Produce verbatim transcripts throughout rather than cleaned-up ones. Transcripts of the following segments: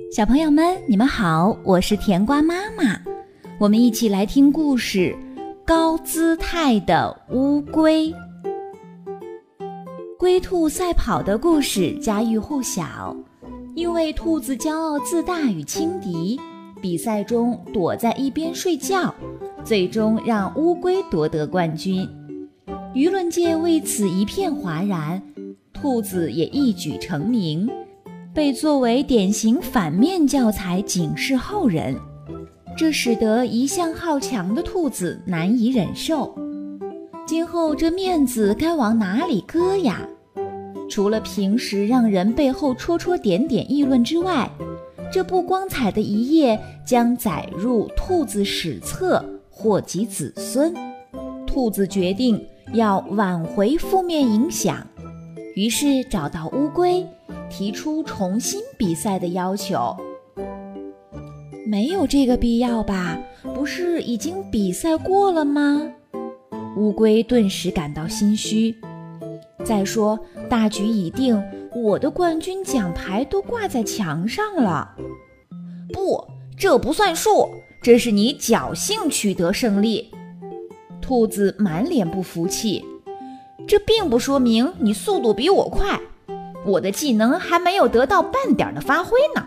小朋友们，你们好，我是甜瓜妈妈。我们一起来听故事《高姿态的乌龟》。龟兔赛跑的故事家喻户晓，因为兔子骄傲自大与轻敌，比赛中躲在一边睡觉，最终让乌龟夺得冠军。舆论界为此一片哗然，兔子也一举成名，被作为典型反面教材警示后人，这使得一向好强的兔子难以忍受。今后这面子该往哪里搁呀？除了平时让人背后戳戳点点议论之外，这不光彩的一页将载入兔子史册，祸及子孙。兔子决定要挽回负面影响，于是找到乌龟，提出重新比赛的要求。没有这个必要吧？不是已经比赛过了吗？乌龟顿时感到心虚。再说，大局已定，我的冠军奖牌都挂在墙上了。不，这不算数，这是你侥幸取得胜利。兔子满脸不服气，这并不说明你速度比我快，我的技能还没有得到半点的发挥呢。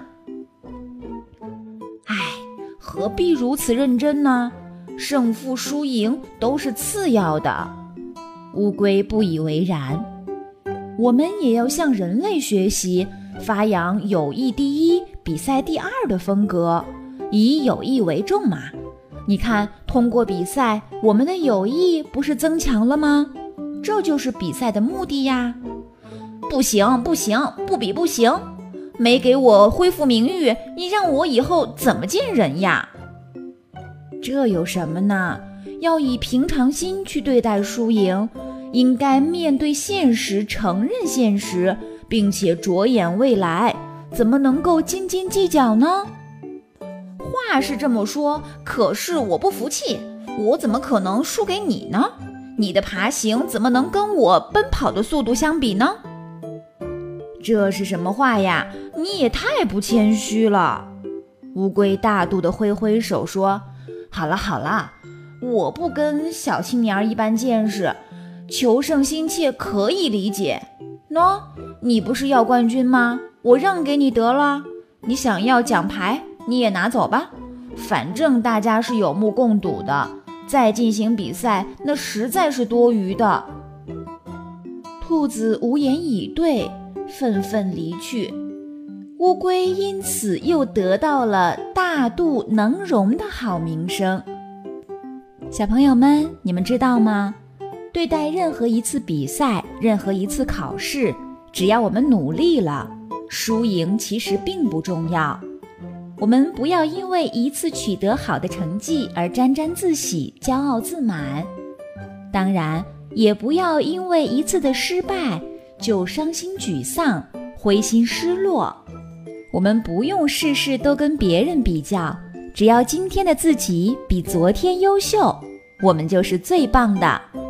唉，何必如此认真呢？胜负输赢都是次要的。乌龟不以为然。我们也要向人类学习，发扬友谊第一，比赛第二的风格，以友谊为重嘛。你看，通过比赛，我们的友谊不是增强了吗？这就是比赛的目的呀。不行不行，不比不行，没给我恢复名誉，你让我以后怎么见人呀？这有什么呢？要以平常心去对待输赢，应该面对现实，承认现实，并且着眼未来，怎么能够斤斤计较呢？话是这么说，可是我不服气，我怎么可能输给你呢？你的爬行怎么能跟我奔跑的速度相比呢？这是什么话呀？你也太不谦虚了。乌龟大度地挥挥手说，好了好了，我不跟小青年一般见识，求胜心切可以理解。喏，你不是要冠军吗？我让给你得了。你想要奖牌，你也拿走吧，反正大家是有目共睹的，再进行比赛那实在是多余的。兔子无言以对，愤愤离去。乌龟因此又得到了大度能容的好名声。小朋友们，你们知道吗？对待任何一次比赛，任何一次考试，只要我们努力了，输赢其实并不重要。我们不要因为一次取得好的成绩而沾沾自喜、骄傲自满，当然也不要因为一次的失败就伤心沮丧、灰心失落。我们不用事事都跟别人比较，只要今天的自己比昨天优秀，我们就是最棒的。